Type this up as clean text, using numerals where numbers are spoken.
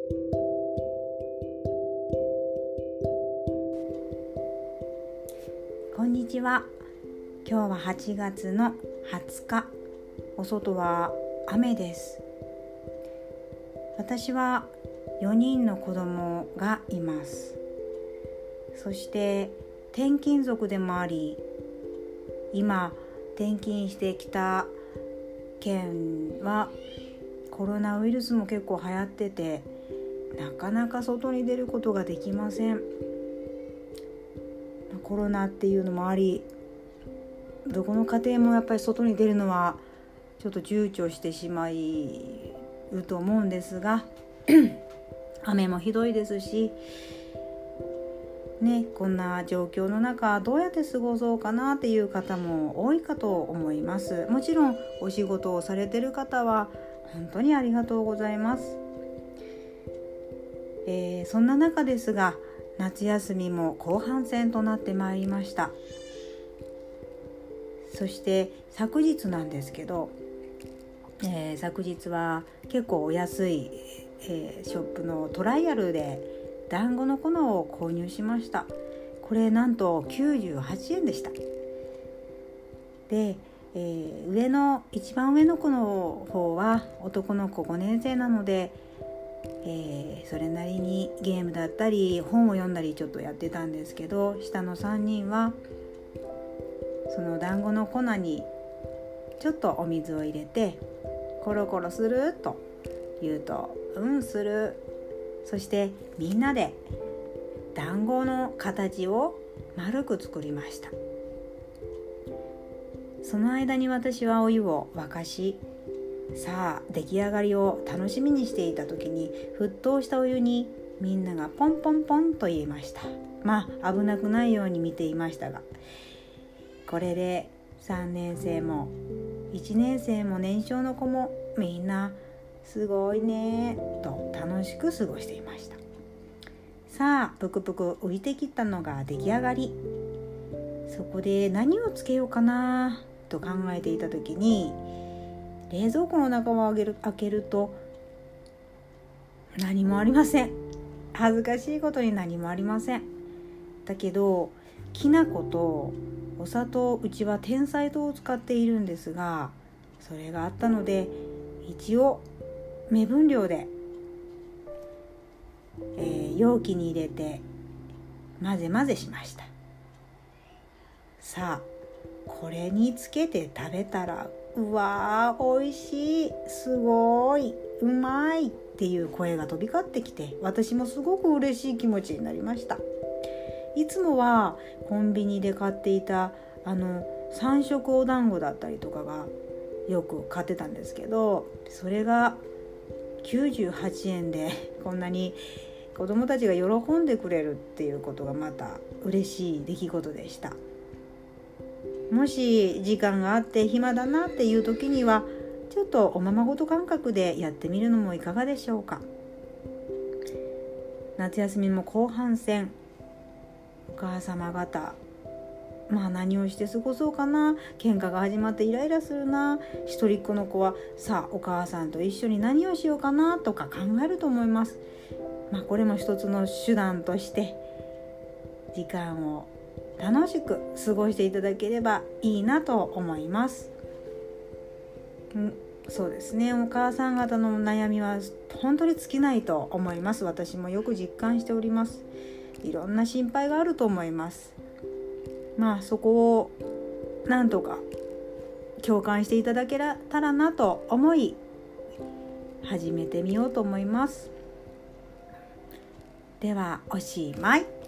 こんにちは。今日は8月の20日。お外は雨です。私は4人の子供がいます。そして転勤族でもあり、今転勤してきた県はコロナウイルスも結構流行ってて、なかなか外に出ることができません。コロナっていうのもあり、どこの家庭もやっぱり外に出るのはちょっと躊躇してしまうと思うんですが雨もひどいですしね、こんな状況の中どうやって過ごそうかなっていう方も多いかと思います。もちろんお仕事をされている方は本当にありがとうございます。そんな中ですが、夏休みも後半戦となってまいりました。そして昨日なんですけど、昨日は結構お安い、ショップのトライアルで団子の粉を購入しました。これなんと98円でした。で、一番上の子の方は男の子5年生なので、それなりにゲームだったり本を読んだりちょっとやってたんですけど、下の3人はその団子の粉にちょっとお水を入れてコロコロすると言うとする。そしてみんなで団子の形を丸く作りました。その間に私はお湯を沸かし、さあ出来上がりを楽しみにしていた時に、沸騰したお湯にみんながポンポンポンと入れました。危なくないように見ていましたが、これで3年生も1年生も年少の子もみんなすごいねと楽しく過ごしていました。さあぷくぷく浮いてきたのが出来上がり。そこで何をつけようかなと考えていた時に、冷蔵庫の中を開けると何もありません。恥ずかしいことに何もありません。だけどきな粉とお砂糖、うちは天才糖を使っているんですが、それがあったので一応目分量で、容器に入れて混ぜ混ぜしました。さあこれにつけて食べたら、うわー美味しい、すごい、うまいっていう声が飛び交ってきて、私もすごく嬉しい気持ちになりました。いつもはコンビニで買っていた3色お団子だったりとかがよく買ってたんですけど、それが98円でこんなに子供たちが喜んでくれるっていうことがまた嬉しい出来事でした。もし時間があって暇だなっていう時には、ちょっとおままごと感覚でやってみるのもいかがでしょうか。夏休みも後半戦、お母様方何をして過ごそうかな、喧嘩が始まってイライラするな、一人っ子の子はさあお母さんと一緒に何をしようかなとか考えると思います。これも一つの手段として時間を楽しく過ごしていただければいいなと思います。そうですね、お母さん方の悩みは本当に尽きないと思います。私もよく実感しております。いろんな心配があると思います。そこをなんとか共感していただけたらなと思い始めてみようと思います。ではおしまい。